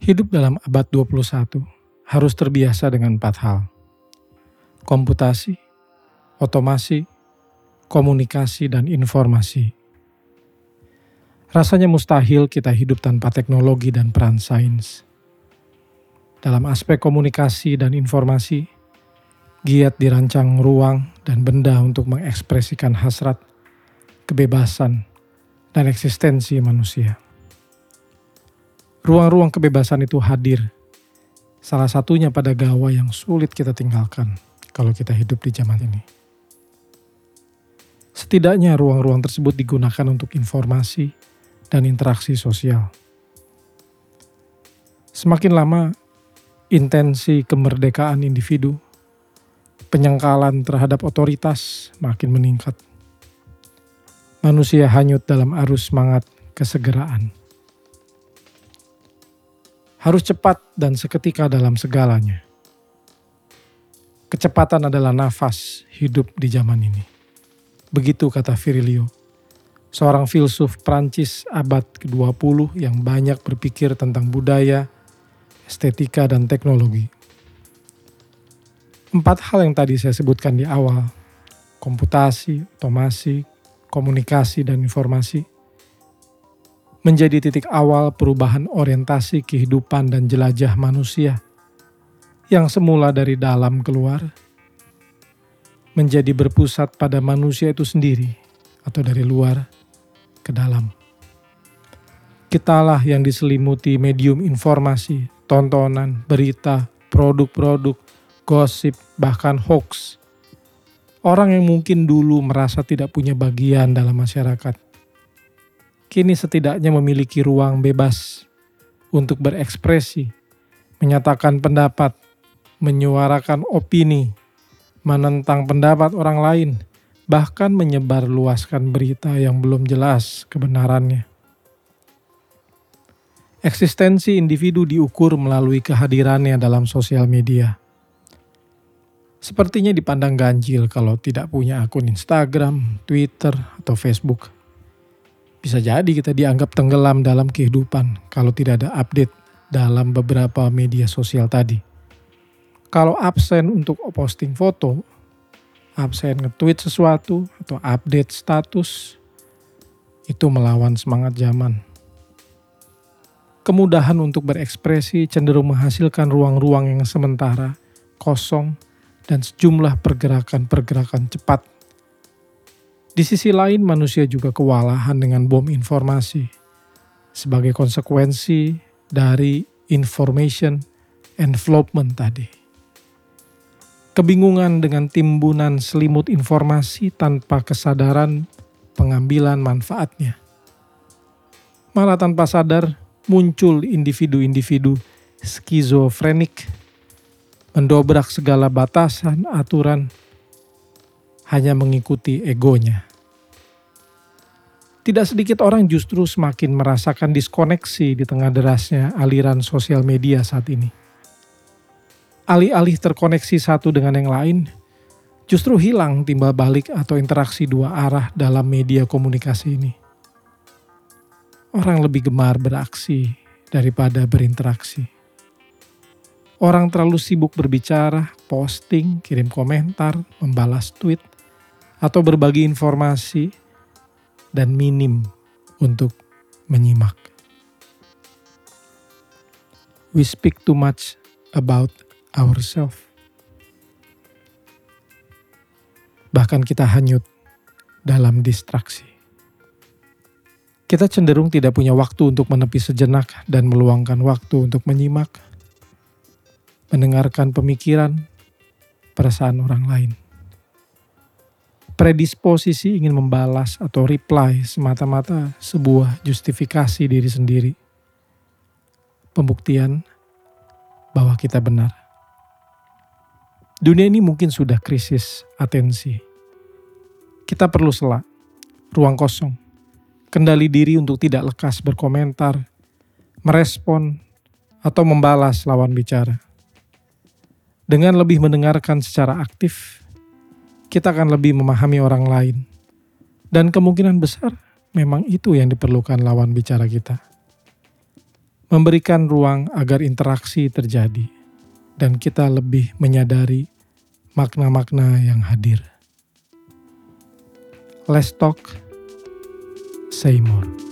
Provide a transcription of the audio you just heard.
Hidup dalam abad 21 harus terbiasa dengan 4 hal. Komputasi, otomasi, komunikasi, dan informasi. Rasanya mustahil kita hidup tanpa teknologi dan peran sains. Dalam aspek komunikasi dan informasi, giat dirancang ruang dan benda untuk mengekspresikan hasrat, kebebasan, dan eksistensi manusia. Ruang-ruang kebebasan itu hadir, salah satunya pada gawai yang sulit kita tinggalkan kalau kita hidup di zaman ini. Setidaknya ruang-ruang tersebut digunakan untuk informasi dan interaksi sosial. Semakin lama, intensi kemerdekaan individu, penyangkalan terhadap otoritas makin meningkat. Manusia hanyut dalam arus semangat kesegeraan. Harus cepat dan seketika dalam segalanya. Kecepatan adalah nafas hidup di zaman ini. Begitu kata Virilio, seorang filsuf Prancis abad ke-20 yang banyak berpikir tentang budaya, estetika, dan teknologi. 4 hal yang tadi saya sebutkan di awal, komputasi, otomasi, komunikasi, dan informasi, menjadi titik awal perubahan orientasi kehidupan dan jelajah manusia yang semula dari dalam keluar menjadi berpusat pada manusia itu sendiri atau dari luar ke dalam. Kitalah yang diselimuti medium informasi, tontonan, berita, produk-produk, gosip, bahkan hoax. Orang yang mungkin dulu merasa tidak punya bagian dalam masyarakat, kini setidaknya memiliki ruang bebas untuk berekspresi, menyatakan pendapat, menyuarakan opini, menentang pendapat orang lain, bahkan menyebarluaskan berita yang belum jelas kebenarannya. Eksistensi individu diukur melalui kehadirannya dalam sosial media. Sepertinya dipandang ganjil kalau tidak punya akun Instagram, Twitter, atau Facebook. Bisa jadi kita dianggap tenggelam dalam kehidupan kalau tidak ada update dalam beberapa media sosial tadi. Kalau absen untuk posting foto, absen nge-tweet sesuatu, atau update status, itu melawan semangat zaman. Kemudahan untuk berekspresi cenderung menghasilkan ruang-ruang yang sementara, kosong, dan sejumlah pergerakan-pergerakan cepat. Di sisi lain, manusia juga kewalahan dengan bom informasi sebagai konsekuensi dari information envelopment tadi. Kebingungan dengan timbunan selimut informasi tanpa kesadaran pengambilan manfaatnya. Malah tanpa sadar muncul individu-individu skizofrenik, mendobrak segala batasan aturan, hanya mengikuti egonya. Tidak sedikit orang justru semakin merasakan diskoneksi di tengah derasnya aliran sosial media saat ini. Alih-alih terkoneksi satu dengan yang lain, justru hilang timbal balik atau interaksi dua arah dalam media komunikasi ini. Orang lebih gemar beraksi daripada berinteraksi. Orang terlalu sibuk berbicara, posting, kirim komentar, membalas tweet, atau berbagi informasi, dan minim untuk menyimak. We speak too much about ourselves. Bahkan kita hanyut dalam distraksi. Kita cenderung tidak punya waktu untuk menepi sejenak dan meluangkan waktu untuk menyimak, mendengarkan pemikiran, perasaan orang lain. Predisposisi ingin membalas atau reply semata-mata sebuah justifikasi diri sendiri. Pembuktian bahwa kita benar. Dunia ini mungkin sudah krisis atensi. Kita perlu sela, ruang kosong, kendali diri untuk tidak lekas berkomentar, merespon, atau membalas lawan bicara. Dengan lebih mendengarkan secara aktif, kita akan lebih memahami orang lain. Dan kemungkinan besar memang itu yang diperlukan lawan bicara kita. memberikan ruang agar interaksi terjadi dan kita lebih menyadari makna-makna yang hadir. Let's talk, say more.